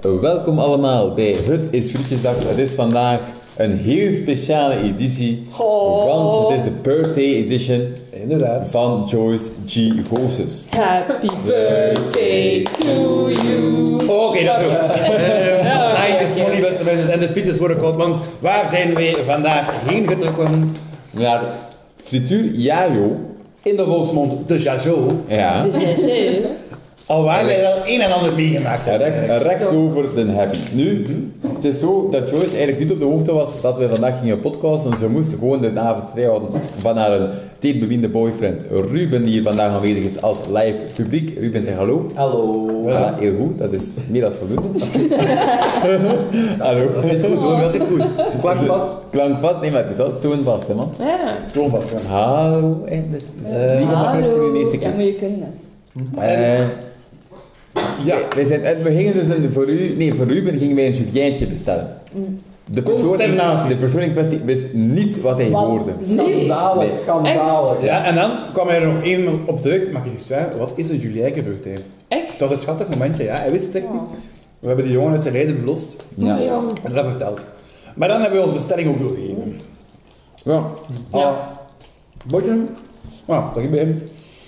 Welkom allemaal bij Het is Frietjesdag. Het is vandaag een heel speciale editie, want het is de birthday edition van Joyce G. Goossens. Happy birthday to you. Oké, dat is goed. Nice, money, beste mensen. En de fietsers worden koud, want waar zijn wij vandaag heen getrokken? Naar frituur Jajo. In de volksmond de Jajo. Ja. De GG. Al waar wij wel een en ander meegemaakt hebben. Recht over de happy. Nu, het is zo dat Joyce eigenlijk niet op de hoogte was dat we vandaag gingen podcasten. Ze moest gewoon de avond vrij houden van haar teetbemiende boyfriend Ruben, die hier vandaag aanwezig is als live publiek. Ruben, zeg hallo. Hallo. Voilà, heel goed, dat is meer dan voldoende. Hallo. Dat zit goed hoor, dat zit goed. Klank vast. Klank vast, nee, maar het is wel toonvast, hè man. Ja. Toon vast, ja. Hallo. Dat is niet gemakkelijk voor de eerste Ja, keer. moet je kunnen. Ja. We gingen dus voor Ruben gingen wij een julientje bestellen. De persoon in kwestie wist niet wat hij hoorde. Schandalig, Nee. schandalig. Ja, en dan kwam hij er nog één op terug. Mag ik eens vragen, wat is een Julijkenvrucht eigenlijk? Echt? Dat was een schattig momentje, ja. Hij wist het echt niet. We hebben die jongen uit zijn lijden verlost. Ja. En dat verteld. Maar dan hebben we onze bestelling ook doorgegeven. Ja. Bordje. Dat ging bij hem.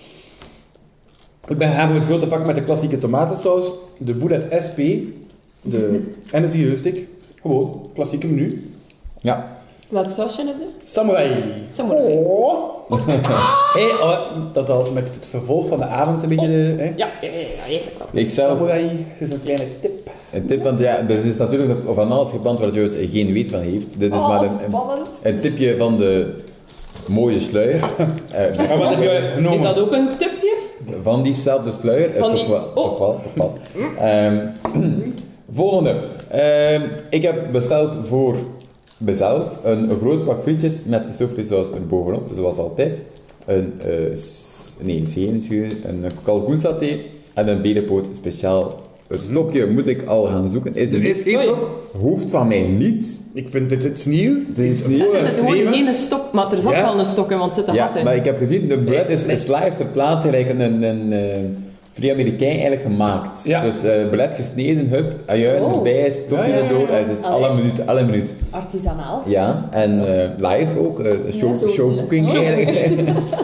Ik ben gaan voor het grote pak met de klassieke tomatensaus, de Boulet SP, en de zierenstick. Gewoon, klassieke menu. Ja. Welk sausje heb je? Samurai. Samurai. Oh. Dat is al met het vervolg van de avond een beetje... Ja. Ik zelf, Samurai is een kleine tip. een tip, want ja, er is natuurlijk van alles gepland waar Joyce geen weet van heeft. Dit is maar een tipje van de mooie sluier. Maar wat heb jij genomen? Is dat ook een tipje? Van diezelfde sluier. Van die- Toch wel. Volgende. Ik heb besteld voor mezelf een groot pak frietjes met gestoofvleessaus erbovenop, zoals altijd. Een zeenschuur, een kalkoensaté en een berenpoot speciaal. Het stokje moet ik al gaan zoeken. Is er Er is geen stok. Hoeft van mij niet. Ik vind het nieuw. Het is nieuw. voor Het is gewoon streven. geen stok, maar er zat Ja. wel een stok in, want er zit een gat Ja, in. maar ik heb gezien, de bread is live ter plaatse eigenlijk een voor die Amerikaan eigenlijk gemaakt. Ja. Dus bread gesneden, hup, ajuin erbij, stokje Ja. erdoor. Het is alle minuut. Artisanaal. Ja, en live ook, zo. showcooking eigenlijk.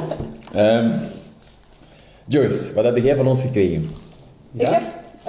Joyce, wat heb jij van ons gekregen? Ik heb,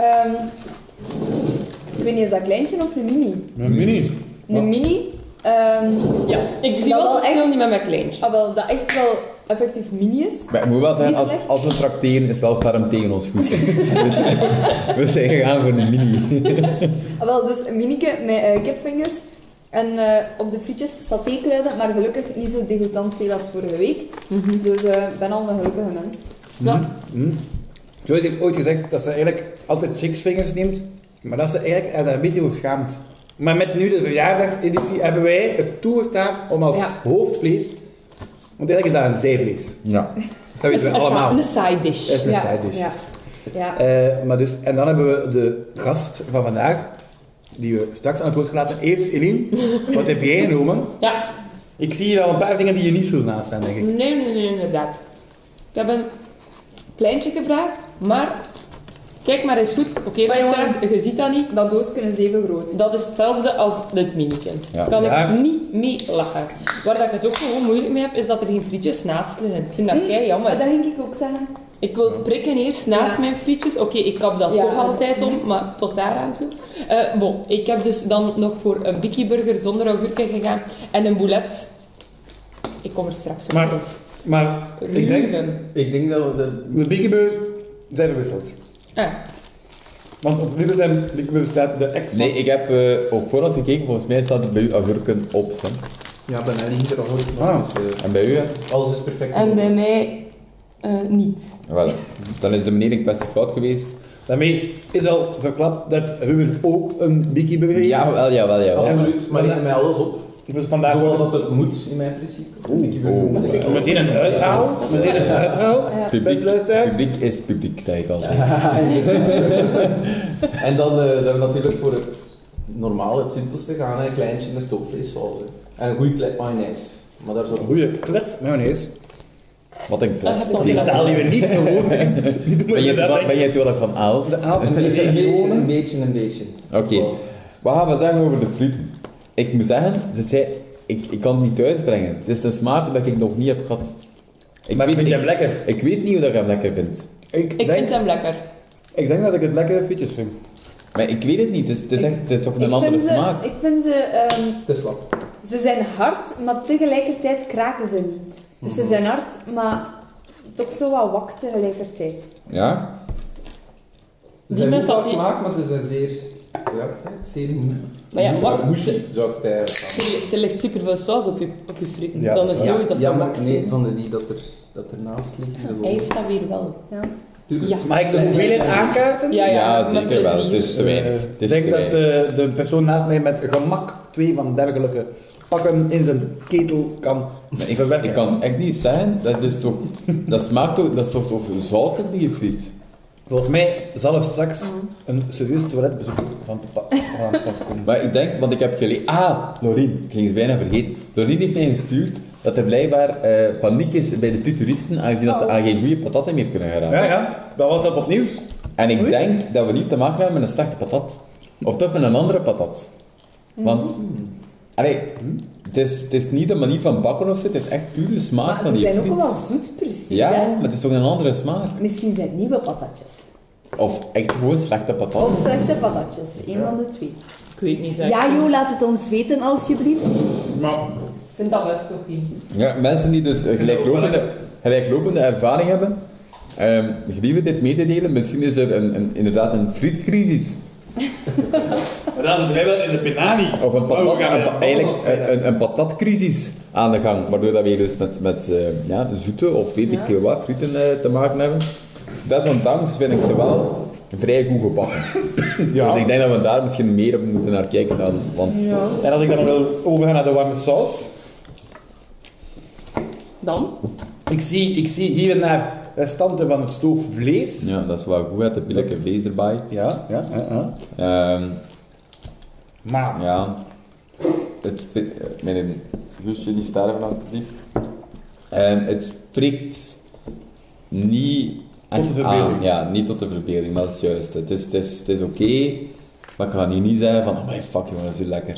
ik weet niet, is dat kleintje of een mini? Een mini. Een mini. Ja, ik zie Dat wel wel het verschil echt- niet met mijn kleintje. Wel, dat echt wel effectief mini is. Maar ik moet wel zeggen, Niet slecht. als we tracteren is wel ferm tegen ons goed. Dus we zijn gegaan voor een mini. Wel, dus een minieke met kipvingers. En op de frietjes satékruiden, maar gelukkig niet zo degoutant veel als vorige week. Dus ik ben al een gelukkige mens. Ja. Joyce heeft ooit gezegd dat ze eigenlijk altijd chicksvingers neemt, maar dat ze eigenlijk er daar een beetje over schaamt. Maar met nu de verjaardagseditie hebben wij het toegestaan om als Ja. hoofdvlees, want eigenlijk is dat een zijvlees. Ja. Dat weten we allemaal. Een side dish. Dat is een Ja, side dish. ja. Ja. Maar dus, en dan hebben we de gast van vandaag, die we straks aan het woord gelaten. Eerst Eline, wat heb jij genomen? Ja. Ik zie hier wel een paar dingen die je niet zullen nastaan, denk ik. Nee, inderdaad. Ik heb een kleintje gevraagd, maar kijk maar eens goed. Oké, Maar luisteraars, je ziet dat niet. Dat doosje is even groot. Dat is hetzelfde als dit miniken. Ja. Kan Ja. ik niet mee lachen. Waar dat ik het ook gewoon moeilijk mee heb, is dat er geen frietjes naast liggen. Ik vind dat kei jammer. Dat ging ik ook zeggen. Ik wil prikken eerst naast Ja. mijn frietjes. Oké, ik kap dat Ja, toch dat altijd zie om, ik. maar tot daaraan toe. Bon, ik heb dus dan nog voor een Bikkie Burger zonder augurken gegaan en een boulet. Ik kom er straks op. Maar ik denk, Ruben. Ik denk dat we de Biekenbeur zijn verwisseld. Ah, Want op Ruben zijn Biekenbeur staat de ex. Nee, ik heb op voorhand gekeken, volgens mij staat er bij u agurken op. Hè. Ja, bij mij niet er al Ah. dus, En bij u? Hè? alles is perfect. en bij mij niet. Wel, dan is de meneer in kwestie fout geweest. Daarmee is al verklapt dat Ruben ook een Biekenbeur heeft. Jawel. Absoluut, maar ik mij alles op. Dus vandaag Zoals wordt dat het moet, in mijn principe. meteen een uithaal. Meteen een uithaal. Beste luisteraars. Publiek is publiek, zeg ik altijd. En dan zijn we natuurlijk voor het normaal, het simpelste gaan, een kleintje met stoofvleessaus. En een goede klep mayonaise. Maar daar is ook Een goede flat mayonaise. Wat een klap. Dat hebt Die taal die we niet gewoon Ben jij toevallig van Aalst? De Aalst Een is beetje, gewoon... een beetje. Oké. Wat gaan we zeggen over de frieten? Ik moet zeggen, ze zei, ik kan het niet thuisbrengen. Het is een smaak dat ik nog niet heb gehad. Maar vind je hem lekker? Ik weet niet hoe dat ik hem lekker vind. Ik vind hem lekker. Ik denk dat ik het lekkere frietjes vind. Maar ik weet het niet. Het is toch een andere vind smaak? Ik vind ze... Te slap. Ze zijn hard, maar tegelijkertijd kraken ze niet. Dus ze zijn hard, maar toch zo wat wak tegelijkertijd. Ja? Ze zijn mensen goed van die- smaak, maar ze zijn zeer... Ja, ik zeg het, zeer... Maar ja, wat- mushy, zou ik het eigenlijk zeggen. Er ligt super veel saus op je frieten. Ja, Dan dat is is het logisch dat ze Ja, maar wak nee, zijn. van die dat ernaast liggen. Hij heeft dat weer wel. Ja. Tuurlijk. Ja. Mag ik de hoeveelheid aankaarten? Ja, met zeker wel. Het plezier. is te weinig. Het Ik is denk te dat weinig. de persoon naast mij met gemak 2 van dergelijke pakken in zijn ketel kan Maar ik verwerken. kan echt niet zeggen, dat smaakt toch, dat is toch zoutig, die friet? Volgens mij zal er straks een serieus toiletbezoek van pas komen. Maar ik denk, want ik heb gelezen... Lorien, ik ging het bijna vergeten. Lorien heeft mij gestuurd dat er blijkbaar paniek is bij de frituuristen, aangezien dat ze aan geen goede patatten meer kunnen geraken. Ja, dat was op nieuws. En ik denk dat we niet te maken hebben met een slechte patat. Of toch met een andere patat. Want... Allee, het is niet de manier van bakken of zo, het is echt puur de smaak Maar van ze die zijn ook friet. wel zoet, precies. Ja, hè. maar het is toch een andere smaak. Misschien zijn het nieuwe patatjes. Of echt gewoon slechte patat. Of slechte patatjes. Eén van de twee. Ik weet niet zeker. Ja, Jo, laat het ons weten, alsjeblieft. Maar Ik vind dat best oké. Ja, mensen die dus gelijklopende ervaring hebben, gelieve dit mee te delen. Misschien is er inderdaad een frietcrisis. we laten het wel in de penani. Of een patatcrisis aan de gang. Waardoor dat we dus met zoete of weet ik veel wat frieten te maken hebben. Desondanks vind ik ze wel vrij goed gebakken. Ja. Dus ik denk dat we daar misschien meer op moeten naar kijken dan... Want En als ik dan nog wil overgaan naar de warme saus. Dan? Ik zie hier en daar restanten van het stoofvlees. ja, dat is wel goed. Het pilletje vlees erbij. Ja. Maar Ja, mijn zusje die sterven alsjeblieft. Het spreekt niet Tot de verbeelding. aan. Ja, niet tot de verbeelding, maar dat is juist. Het is oké, maar ik ga niet zeggen van, oh my fuck jongen, dat is zo lekker.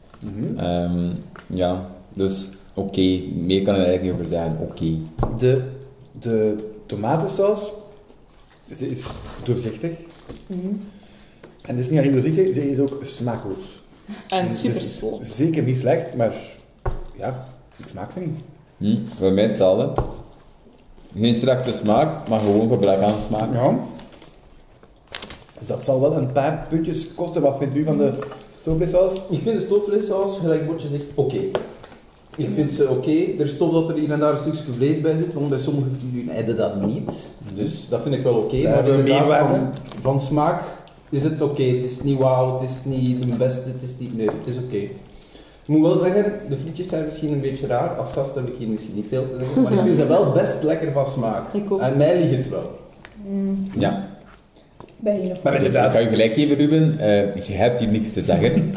Ja, dus oké, meer kan ik er eigenlijk niet over zeggen, oké. de tomatensaus ze is doorzichtig. En het is niet alleen doorzichtig, ze is ook smaakloos. En Dus super het is slop. zeker niet slecht, maar ja, ik smaak ze niet. Voor mij hetzelfde. Geen slechte smaak, maar gewoon gebrek aan smaak. Ja. Dus dat zal wel een paar puntjes kosten. Wat vindt u van de stoofvleessaus? Ik vind de stoofvleessaus, gelijk Botje zegt, oké. Ik vind ze oké. Er stopt dat er hier en daar een stukje vlees bij zit, want bij sommige frituren hebben dat niet. Dus dat vind ik wel oké. Daar Maar hebben we inderdaad, meerwaarde. van smaak is het oké. Het is niet wauw, het is niet de beste, het is niet... Nee, het is oké. Ik moet wel zeggen, de frietjes zijn misschien een beetje raar. Als gast heb ik hier misschien niet veel te zeggen, maar ik vind ze wel best lekker van smaak. Ik ook. En mij ligt het wel. Ja. Bij een of Maar Ik inderdaad, kan je gelijk geven, Ruben. Je hebt hier niks te zeggen.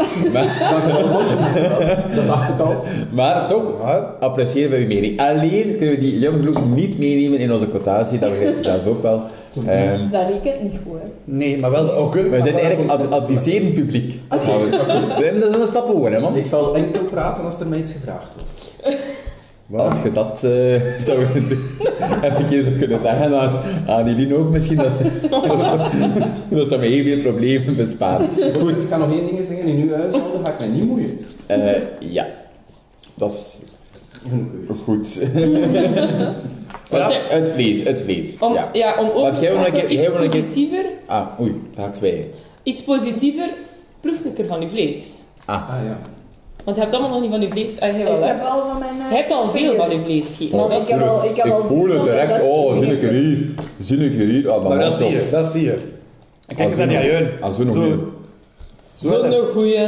Dat dacht ik al. Maar toch, appreciëren we uw mening. Alleen kunnen we die jammer genoeg niet meenemen in onze quotatie. Dat begrijpt u zelf ook wel. Dat rekent niet goed, hè. nee, maar wel de ogen. We zijn eigenlijk adviserend publiek. Dat is een stap hoger, hè, man. Ik zal enkel praten als er mij iets gevraagd wordt. Als je dat zou doen, en een keer zou kunnen zeggen aan Eline ook misschien, dat zou me heel veel problemen besparen. Goed, ik ga nog één ding zeggen. In uw huishouden ga ik mij niet moeien. Ja, dat is Genoeg geweest. goed. Het vlees. Om over Want te jij wil een schakelen, keer- jij wil een iets keer- positiever, Oei, dat ga ik zwijgen. iets positiever, proef ik er van je vlees. Ah ja. Want je hebt allemaal nog niet van je vlees. Ah, jij wel, Ik hè? heb al van mijn... Je hebt al veel van je vingers. vlees gegeten. Want ik heb Ik al voel het direct. Oh, zie ik er hier. Ah, Maar dat zie je, dat zie je. En kijk eens naar die ajuin. Zo'n goeie. Zo'n goeie...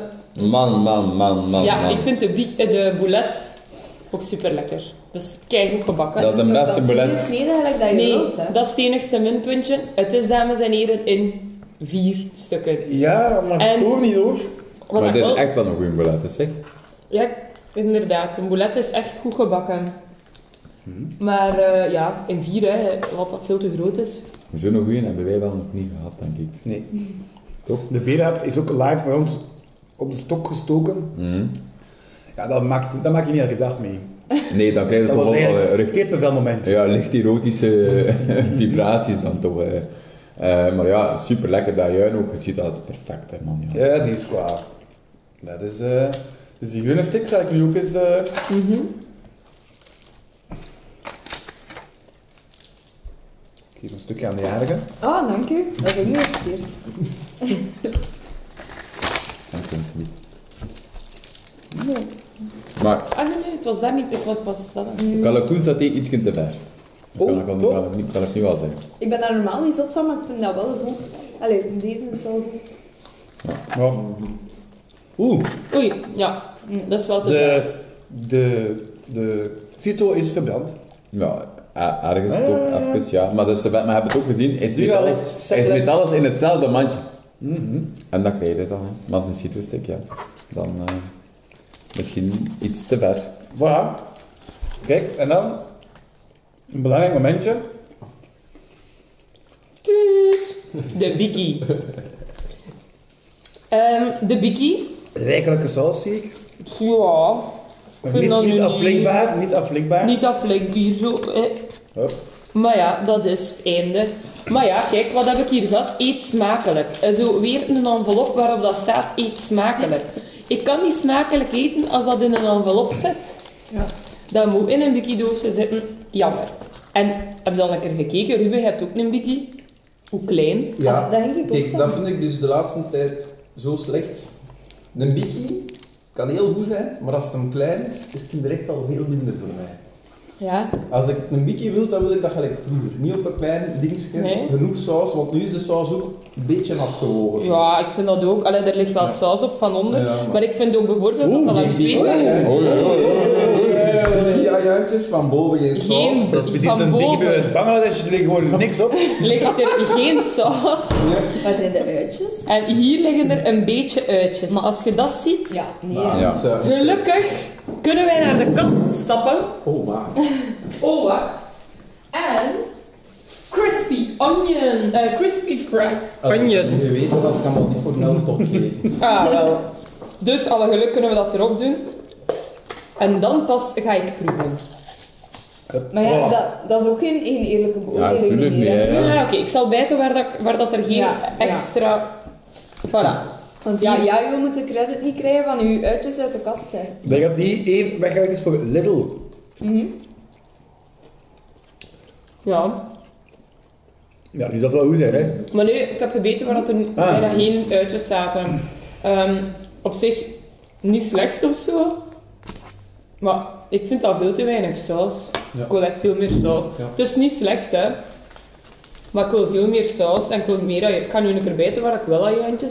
Man. Ja, ik vind de boulet ook super lekker. Dat is keigoed gebakken. Dat is de beste boulet. Dat is niet eigenlijk dat je Nee, wilt, hè. dat is het enigste minpuntje. Het is, dames en heren, in 4 stukken. Ja, maar En- stoor niet hoor. Wat Maar ik dit is wel- echt wel een goede boulet, zeg. Ja, inderdaad. Een boulet is echt goed gebakken. Maar ja, in 4, hè, wat dat veel te groot is. Zo'n goeie hebben wij wel nog niet gehad, denk ik. Nee. Toch? De Bera is ook live voor ons op de stok gestoken. Ja, dat maak je niet elke dag mee. Nee, dan krijg je Dat toch was wel eigenlijk een licht, kippenvelmoment. ja, licht erotische vibraties dan toch. Maar ja, super lekker dat juin ook. Je ziet dat perfect, hè, man. Ja. Ja, die is klaar. Dat is... dus die groene stick ga ik nu ook eens... Geef een stukje aan de jarige. Ah, dank u. Dat is ook niet eens keer. Dat kan ze niet. Maar Ah nee, het was daar niet. Wat was dat dan? kalkoen staat iets te ver. Dat Oh, kan toch? ik nu wel zeggen. Ik ben daar normaal niet zot van, maar ik vind dat wel goed. Allee, deze is wel goed. Ja. Oeh, Oei, ja. Dat is wel te ver. de Cito is verbrand. Ja, ergens toch even, ja. Maar dat is te vet. Maar je hebt het ook gezien, hij Nu smeet al alles, is hij smeet secret. alles in hetzelfde mandje. En dat krijg je dan, hè. Want een citrusstick, ja. Dan misschien iets te ver. Voilà. Kijk, en dan... Een belangrijk momentje. Tuut. De Biki. De Biki. Rijkelijke saus, zie ik. Ja. Ik vind dat nu Niet aflikbaar, niet aflikbaar. Niet aflikbaar zo. Hop. Maar ja, dat is het einde. Maar ja, kijk, wat heb ik hier gehad? Eet smakelijk. Zo weer een envelop waarop dat staat, eet smakelijk. Ik kan niet smakelijk eten als dat in een envelop zit. Ja. Dat moet in een Biki-doosje zitten. Jammer. En heb je al een keer gekeken? Ruben, je hebt ook een Biki. Hoe klein? Ja, Dat denk ik ook kijk, zo. dat vind ik dus de laatste tijd zo slecht. Een Biki kan heel goed zijn, maar als het hem klein is, is het direct al veel minder voor mij. Ja. Als ik een Biki wil, dan wil ik dat gelijk vroeger. Niet op een klein dingetje, Nee. genoeg saus, want nu is de saus ook een beetje afgewogen. Ja, ik vind dat ook. Allee, er ligt wel saus op van onder. Ja, maar ik vind ook bijvoorbeeld dat dat langs twee Biki ajuintjes, van boven geen saus. Geen- Dat is precies Van een Big boven. uit Bangladesh, er ligt gewoon niks op. ligt er geen saus. Waar zijn de uitjes? En hier liggen er een beetje uitjes. Maar als je dat ziet, Ja, nee. Maar, Ja. zo. gelukkig kunnen wij naar de kast stappen. Oh, maar. Oh, wacht. En crispy onion. Crispy fried onions. Je weet dat kan wel niet voor een helft opgeven. Ah, wel. Dus alle geluk kunnen we dat erop doen. En dan pas ga ik proeven. Maar ja, dat is ook geen eerlijke Ja, beoordeling. tuurlijk niet, hè. hè. Ja, oké. Ik zal bijten waar dat er geen Ja, ja. extra... Voilà. Want ja, je moet de credit niet krijgen van je uitjes uit de kast. Hè. Ik denk dat die één weggelegd is voor Lidl. Ja. Ja, die zal wel goed zijn, hè. Maar nu, ik heb gebeten waar dat er bijna geen uitjes zaten. Op zich niet slecht of zo. Maar ik vind dat veel te weinig saus. Ja. Ik wil echt veel meer saus. Ja. Het is niet slecht, hè. Maar ik wil veel meer saus en ik wil meer Ik ga nu een keer bijten waar ik wel ajuintjes.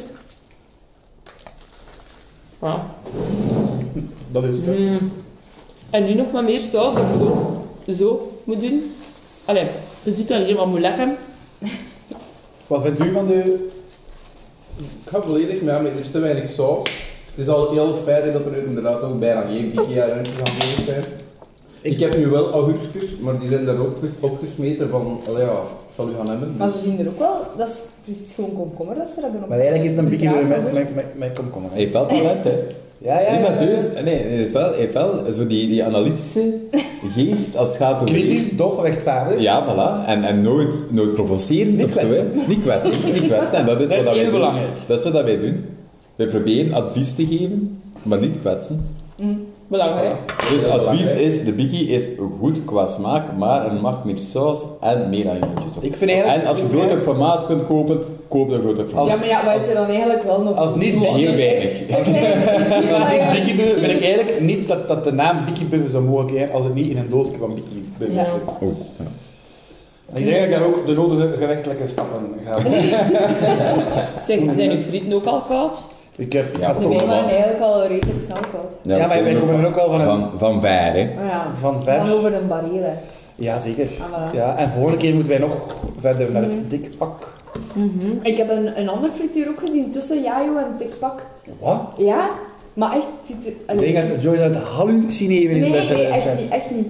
Ja. Dat is het, hè. En nu nog maar meer saus dat ik zo moet doen. Allee, je ziet dat helemaal moet lekker. Wat vindt u van de... Ik ga volledig mee, maar er is te weinig saus. Het is al heel spijtig dat er inderdaad ook bijna geen Biki ajuintjes aanwezig zijn. Ik heb nu wel augurkjes, maar die zijn daar ook opgesmeten van, allee ja, ik zal u gaan hebben. Maar ze zien er ook wel... Dat is gewoon komkommer dat ze hebben op. Maar eigenlijk is het een Biki Ja, met komkommer. Hij heeft wel talent, hè. Ja, ja, Nee, maar ja. serieus, nee, hij heeft wel zo die analytische geest als het gaat over... Kritisch, doch rechtvaardig. Ja, voilà. En nooit provocerend Niet of zo, hè. kwetsen. Niet kwetsen, niet kwetsen. En dat is Dat is wat wij heel doen. belangrijk. Dat is wat wij doen. Wij proberen advies te geven, maar niet kwetsend. Belangrijk. Dus advies is, de Biki is goed qua smaak, maar er mag meer saus en meer ajuintjes op. Ik vind eigenlijk- En als je ik groter vind- formaat kunt kopen, koop een groter formaat. Ja, maar ja, wat is er dan eigenlijk wel nog? Als niet Heel weinig. Als Biki Burger vind ik eigenlijk niet dat de naam Biki Burger zou mogen krijgen als het niet in een doosje van Biki Burger Ja. zit. Oeh, ja. En ik denk dat ik daar ook de nodige gerechtelijke stappen ga doen. Zeg, zijn uw frieten ook al koud? Ik heb Ja, De toch wij wel. waren eigenlijk al redelijk snel koud. Ja, maar wij komen er ook wel van een- Van ver, hè. Ja, Van ver. Dan over de barrière. Ja, zeker. Ah, voilà. Ja, en volgende keer moeten wij nog verder naar het dikpak. Ik heb een andere frituur ook gezien tussen Yayo en Tikpak. Wat? Ja, maar echt... Het ziet er... Ik denk dat Joyce aan het hallucineren is. Nee, met zijn- echt niet, echt niet.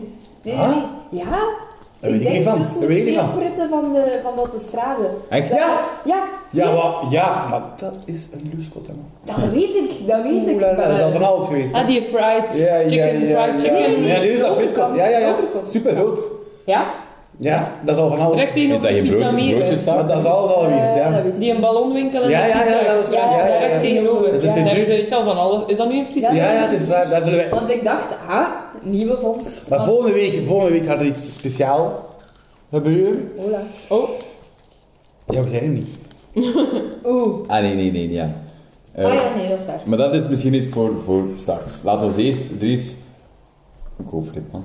Nee, Ah? nee. Ja. Daar weet ik denk niet van. tussen Daar de weet ik niet twee van. opritten van de autostrade. Echt? Ja, zie Ja, je? maar dat is een luskot, hè, man. Dat weet ik. Dat is al van alles geweest. hè. Ah, die fried chicken, fried chicken. Nee, nee, Ja, dit is dat overkant, fritkot. Ja. overkant. Super groot. Ja? Ja, dat is al van alles. Recht Is tegenover dat de geen pizza meer. broodjes Maar samen? dat is alles al geweest, Dat ja. weet ik. Die een ballonwinkel en Ja, een ja, pizza ja, dat is express. waar. Ja, ja, Daar ja. recht tegenover. Dat is een Daar is frituur. er echt al van alles. Is dat nu een frituur? Ja, Ja, het is waar. Daar zullen wij... Want ik dacht, nieuwe vondst. Maar Want- volgende week gaat er iets speciaals gebeuren. Hola. Oh, Ja, we zijn er niet. Oeh. Ah, nee, ja. Ah ja, nee, dat is waar. Maar dat is misschien niet voor straks. Laten we eerst, Dries... Go for it, man.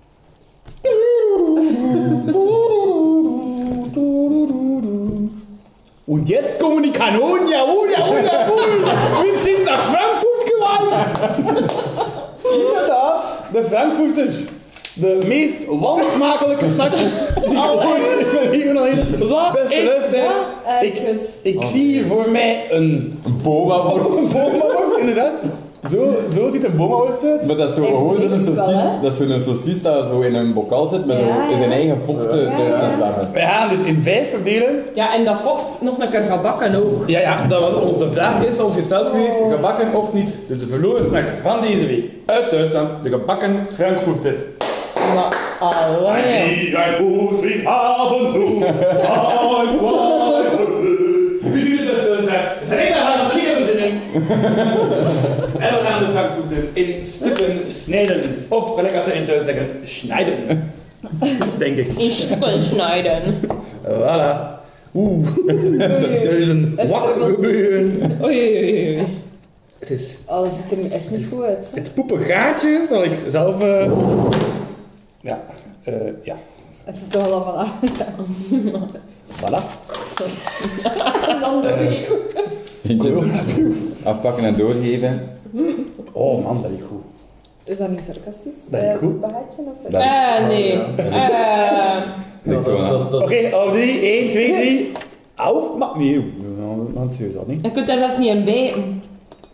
Und jetzt kommen die Kanonen, jawohl. Wir sind nach Frankfurt gereist. Inderdaad, de Frankfurter. De meest wansmakelijke snack die ik ooit in mijn leven al heb. Wat Beste is luisteraars, ik zie hier voor mij een Boma-worst. bomaworst, inderdaad. Zo ziet een bomaworst uit. Maar dat is zo Ik gewoon denk zo'n het wel, saucies, hè? dat is zo'n saucies dat zo in een bokaal zit met zo Ja, in zijn ja. eigen vocht te zwemmen. Wij gaan dit in 5 verdelen. Ja, en dat vocht nog een keer gebakken ook. Ja, dat was ons de vraag is ons gesteld geweest, gebakken of niet. Dus de verloren snack van deze week uit Duitsland, de gebakken Frankfurter. Maar, allee. Ein Bus, wir haben du, ein, zwei, wie ziet het beste luisteraars? Vrijdag gaan we niet bezinnen. En we gaan de Frankfurter in stukken snijden. Of, gelijk als ze in thuis zeggen, snijden. Denk ik. In stukken snijden. Voilà. Er is een Dat is wak wel- gebeuren. Oei. Het is Oh, dat ziet er nu echt niet goed uit. het poepengaatje, zal ik zelf... Ja. Het is toch al van aan. Voilà. En dan doe ik. Eentje afpakken en doorgeven. Oh man, dat is goed. Is dat niet sarcastisch? Dat is goed. Bagatje of... Dat- Nee. Lijkt zo aan. Oké, op 3, 1, 2, 3. Auf, maar nee, dan serieus dat niet. Je kunt daar zelfs niet in bijten.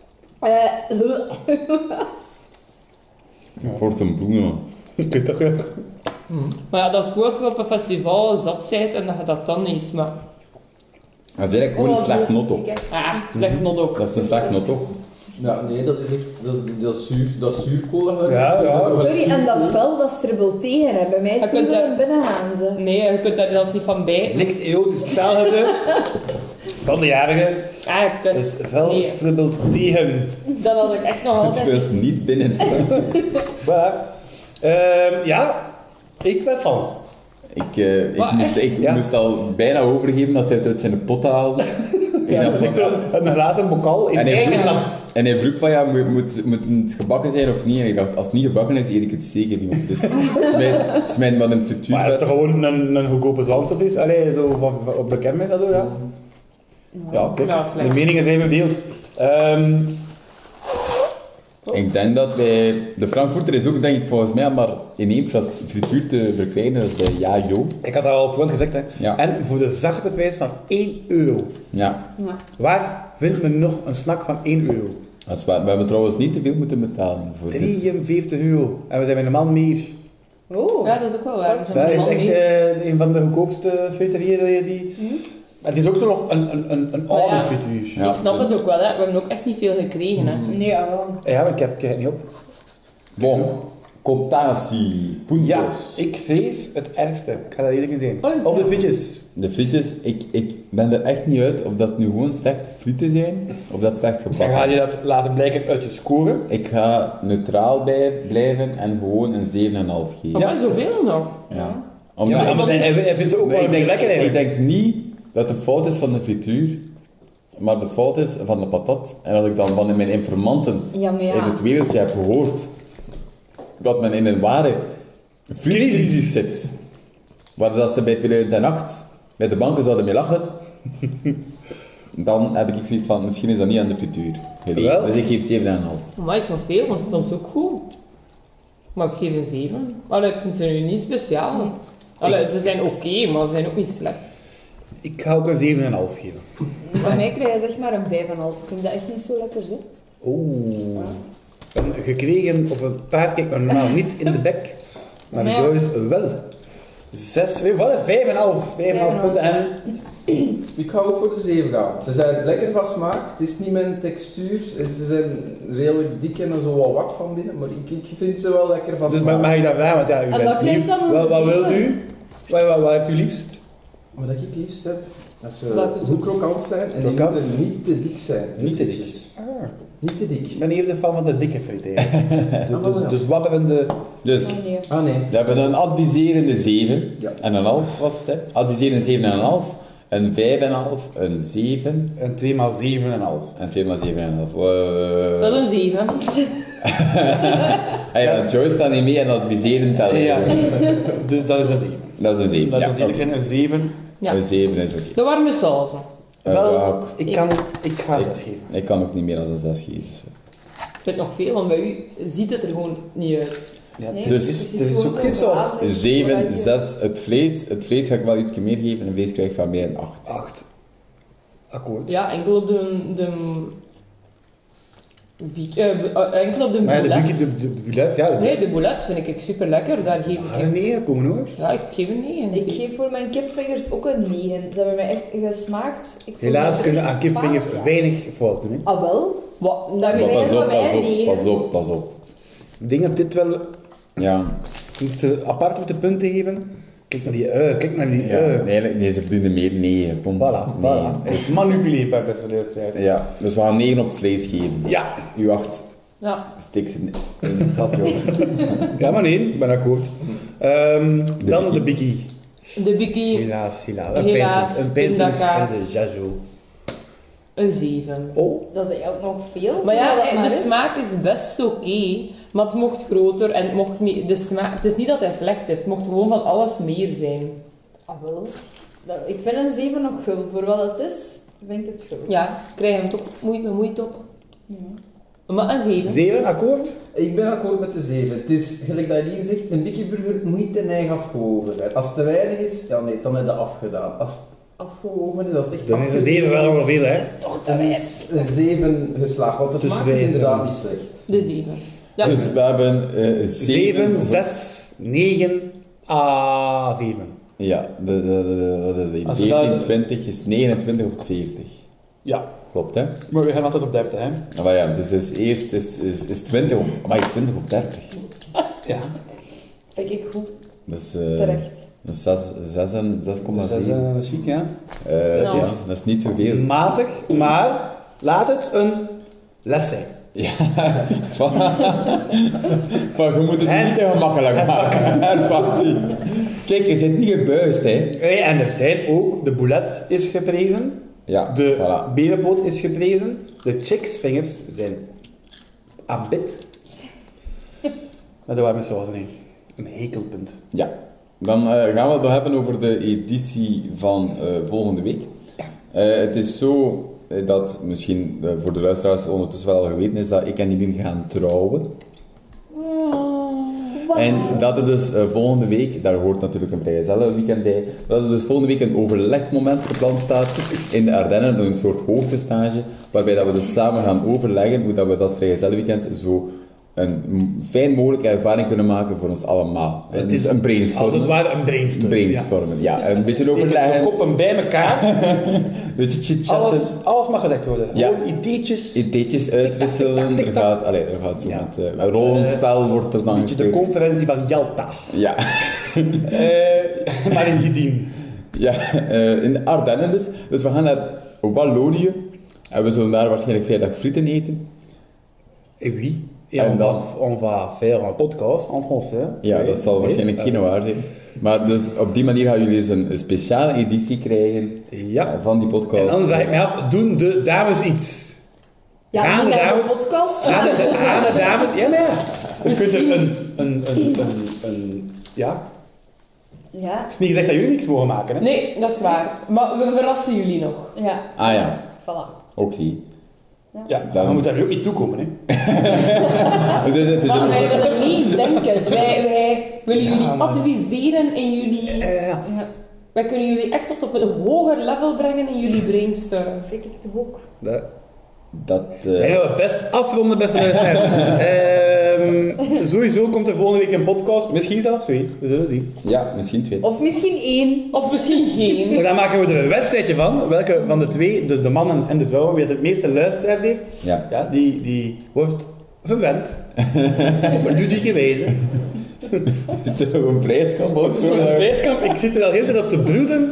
Voor een bloemen. Ik weet dat wel. Maar ja, dat is goed als je op een festival zat bent en dat je dat dan eet. Maar Dat is eigenlijk gewoon een slecht notto. slecht not ook. Dat is een slecht notto. Ja, nee, dat is echt... Dat is zuur. Dat is zuurkool. Ja. Sorry, en dat vel, dat stribbelt tegen. Hè. Bij mij is Je het kunt niet dat- meer binnengaan, ze. Nee, je kunt daar zelfs niet van bijten. Licht erotisch taalgebruik van de jarige. Dus, Het vel nee, stribbelt tegen. dat had ik echt nog Het altijd... wil niet binnen. Voilà. Ja, ik ben fan. Ik Wat, Ja. moest al bijna overgeven als hij het uit zijn pot haalde. Ja, dat is zo een glazen bokal in En hij eigen vroeg- land. En hij vroeg van, ja, moet het gebakken zijn of niet? En ik dacht, als het niet gebakken is, eet ik het zeker niet op. Dus smijt maar een frituur. Maar het is toch gewoon een goedkope zandsaus? Allee, zo op de kermis en zo, ja. Ja, kijk, Ja, de slecht. meningen zijn verdeeld. Ik denk dat bij de Frankfurter is ook, denk ik, volgens mij maar in één frituur te verkrijgen. Dat is bij Ja-Jo. Ik had dat al voorhand gezegd, hè. Ja. En voor de zachte prijs van 1 euro. Ja, Waar vindt men nog een snack van 1 euro? dat is waar. We hebben trouwens niet te veel moeten betalen voor dit. 53 euro. En we zijn bij normaal meer. Oh. Ja, dat is ook wel waar. Dat is echt een van de goedkoopste friterieën die... Het is ook zo nog een Maar oude ja. frituur. Ja, Ik snap dus- het ook wel, hè. We hebben ook echt niet veel gekregen, hè. Nee, ja, wel. Ja, maar ik heb het niet op. Bon, cotatie, puntos. Ja, ik vrees het ergste. Ik ga dat eerlijk in zijn. Oh, Op de ja. frietjes. De frietjes, ik ben er echt niet uit of dat nu gewoon slecht frieten zijn, of dat slecht Dan gebakken ga je is. dat laten blijken uit je score. Ik ga neutraal blijven en gewoon een 7,5 geven. Maar zoveel nog. Ja. Ja, Omdat maar hij vindt ze ook wel ik denk, lekker ik eigenlijk. denk niet dat de fout is van de frituur, maar de fout is van de patat. En als ik dan van mijn informanten Ja, maar ja. in het wereldje heb gehoord dat men in een ware frietcrisis zit, waar dat ze bij 2008 bij de banken zouden mee lachen, dan heb ik zoiets van, misschien is dat niet aan de frituur gelegen. Wel. Dus ik geef 7,5. Maar is nog veel, want ik vond ze ook goed. Maar ik geef een 7. Allee, ik vind ze nu niet speciaal. Allee, ze zijn oké, maar ze zijn ook niet slecht. Ik ga ook een 7,5 geven. Bij mij krijg je zeg maar een 5,5. Ik vind dat echt niet zo lekker, hè. Oeh. Een gekregen op een paard kijkt me normaal niet in de bek. Maar Ja. Joyce wel. 6, wat? 5,5 punten en... Ik ga ook voor de 7 gaan. Ze zijn lekker van smaak, het is niet mijn textuur. Ze zijn redelijk dik en er zo wat wat van binnen, maar ik vind ze wel lekker van Dus smaak. mag je dat vragen? Want ja, u En bent dat klinkt nieuw. dan een Wat wilt 7. u? Wat hebt u liefst? Wat ik liefst heb, dat ze Welke goed krokant zijn en die Krokant? moeten niet te dik zijn. Niet te dik. frietjes. Ah. Niet te dik. Ik ben eerder fan van de dikke frieten. Dus wabberende... Dus, Oh, nee. Ah nee. we hebben een adviserende 7 Ja. en een half was het, hè. Adviserende 7,5, een 5,5, een 7 En 2 x 7,5. en 2 x 7,5. Dat is een 7. Want Joyce staat niet mee en adviserend tellen. Ja. Dus dat is een 7. Dat is een 7, Dat ja. is eerlijk zijn een 7. Ja. Een 7 is oké. De warme sauzen. Wel, Ja, ik ga 6 geven. ik kan ook niet meer dan een 6 geven. Dus. Ik vind nog veel, want bij u ziet het er gewoon niet uit. Ja, Nee, Dus- het er is gewoon ook geen zo saus. wazig, 7, zodat je- 6, het vlees ga ik wel iets meer geven en vlees krijg ik van mij een 8. 8. Akkoord. Ja, enkel op enkel op de Maar ja, boulet. de boulet, ja. Nee, de boulet vind ik super lekker. Daar geef Maar ik... een 9, komen hoor. Ja, ik geef een 9. Ik geef voor mijn kipvingers ook een 9. Ze hebben mij echt gesmaakt. Ik vond Helaas dat kunnen echt aan kipvingers smaak, ja. weinig fout doen. Hè. Ah wel? Wat? Dat Maar weet Maar ik. pas van op, mij pas op, een 9. pas op, pas op. Ik denk dat dit wel... Ja, Moest apart op de punten geven. Kijk naar die kijk naar die eigenlijk, deze verdienen meer 9. Kom, Voilà, 9. voilà. Het is manipuleerbaar, beste luisteraars. Ja, dus we gaan 9 op vlees geven. Ja. U 8 Ja. stiks in het gat, joh. Ja, maar nee, ik ben akkoord. Dan de biggie. De biggie, Helaas. Helaas, Een pijnpunt pindakaas. en de jajo. een 7. Oh. Dat is eigenlijk nog veel. Maar voor wat het ja, maar de is. smaak is best oké, maar het mocht groter en het mocht meer... De smaak, het is niet dat hij slecht is, het mocht gewoon van alles meer zijn. Ah wel. Ik vind een 7 nog gul. Voor wat het is, vind ik het gul. Ja, ik krijg hem toch moeite op. Ja. Maar een 7. 7, akkoord? Ik ben akkoord met de 7. Het is, gelijk dat Eline zegt, een bikkieburger moet niet te neig afgewogen zijn. Als het te weinig is, ja nee, dan heb je dat afgedaan. Als het afgewogen is, als het echt Dan is een afgedaan 7 wel is, al veel, hè? dan is een 7 geslaagd. Want de Dus smaak wij- is inderdaad niet slecht. De 7. Ja. Dus we hebben 7, 6, 9, 7. Ja, de Als we 14, dat- 20 is 29 op 40. Ja, Klopt, hè? maar we gaan altijd op 30, hè? Maar ja, dus eerst is 20 op... Maar 20 op 30. Ja. Vind ik goed. Dus, Terecht. dus 6 en 6,7. Dat is chic, ja. Ja. Dat is niet zoveel. Matig, maar laat het een les zijn. Ja. Maar je moet het niet te gemakkelijk maken. Ervan niet. Kijk, je zit niet gebuist, hè. En er zijn ook, de boulet is geprezen, Ja, de voilà. berenpoot is geprezen, de chicksvingers zijn aanbid. Maar dat waren zoals een hekelpunt. Ja. Dan gaan we het nog hebben over de editie van volgende week. Het is zo dat misschien voor de luisteraars ondertussen wel al geweten is dat ik en Eline gaan trouwen. En dat er dus volgende week, daar hoort natuurlijk een vrijgezellenweekend bij, dat er dus volgende week een overlegmoment gepland staat in de Ardennen, een soort hoogtestage, waarbij dat we dus samen gaan overleggen hoe dat we dat vrijgezellenweekend zo een fijn mogelijke ervaring kunnen maken voor ons allemaal. Het is een brainstorm. Als het ware een brainstorm. Brainstormen, ja. Een beetje Steken de overleggen, koppen bij elkaar. een beetje chit-chatten, Alles mag gezegd worden. Ja. Gewoon ideetjes. ideetjes uitwisselen. Er gaat zo Ja. met een rollenspel wordt er dan Een beetje de gespeeld. conferentie van Jalta. Ja. Maar in Gedien. Ja, in de Ardennen dus. Dus we gaan naar Wallonië. En we zullen daar waarschijnlijk vrijdag frieten eten. Et oui. En En dan- on va faire un podcast en français. Ja, Oui. dat zal waarschijnlijk geen waar zijn. Maar dus op die manier gaan jullie dus een speciale editie krijgen Ja. van die podcast. En dan vraag ik me af, doen de dames iets? Ja, Gaan niet de naar de dames- podcast. Gaan de dames... Ja, maar ja. Je kunt er ja. Ja. Het is niet gezegd dat jullie niks mogen maken, hè? Nee, dat is waar. Maar we verrassen jullie nog. Ja. Ah ja, Voilà. oké. Ja, Dan- dan moet daar nu ook niet toekomen, hè? Het is Maar een wij willen niet denken. Wij willen jullie Ja, maar- adviseren en jullie... Ja. Wij kunnen jullie echt tot op een hoger level brengen in jullie brainstorm. Vind ik toch ook. Dat... dat... En we best afronden, beste luisteraars. Sowieso komt er volgende week een podcast. Misschien zelfs 2. We zullen zien. Ja, misschien 2. Of misschien 1. Of misschien geen. Maar dan maken we er een wedstrijdje van. Welke van de 2, dus de mannen en de vrouwen, wie het meeste luisteraars heeft, Ja. die wordt verwend. Op een ludieke wijze. Is er een prijskamp of zo? Een prijskamp, ik zit er al heel tijd op te broeden.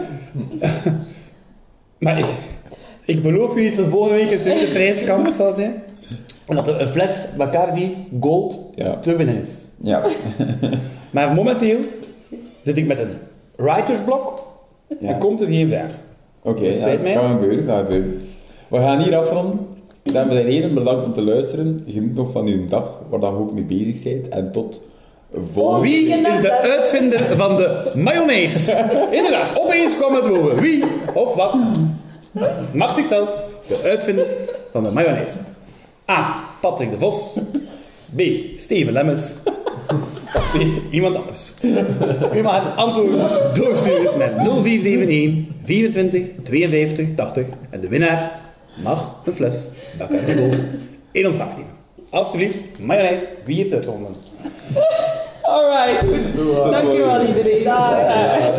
Maar ik beloof u iets dat volgende week een serieuze prijskamp zal zijn. En dat er een fles Bacardi Gold te winnen is. Ja. Maar momenteel zit ik met een writersblok en komt er geen vraag. Oké, Dat spijt dat mij. kan gebeuren. We gaan hier afronden. Dames en heren, bedankt om te luisteren. Geniet nog van uw dag, waar je ook mee bezig bent. En tot volgende Wie is de uitvinder van de mayonaise? Inderdaad, opeens kwam het boven. Wie of wat mag zichzelf de uitvinder van de mayonaise? A. Patrick de Vos. B. Steven Lemmens. Of C. Iemand anders. U mag het antwoord doorsturen met 0471 24 52 80. En de winnaar mag een fles Bacardi Gold in ontvangst nemen. Alsjeblieft, mayonaise. Wie heeft het uitgevonden? Alright, goed. Dankjewel iedereen. Dag.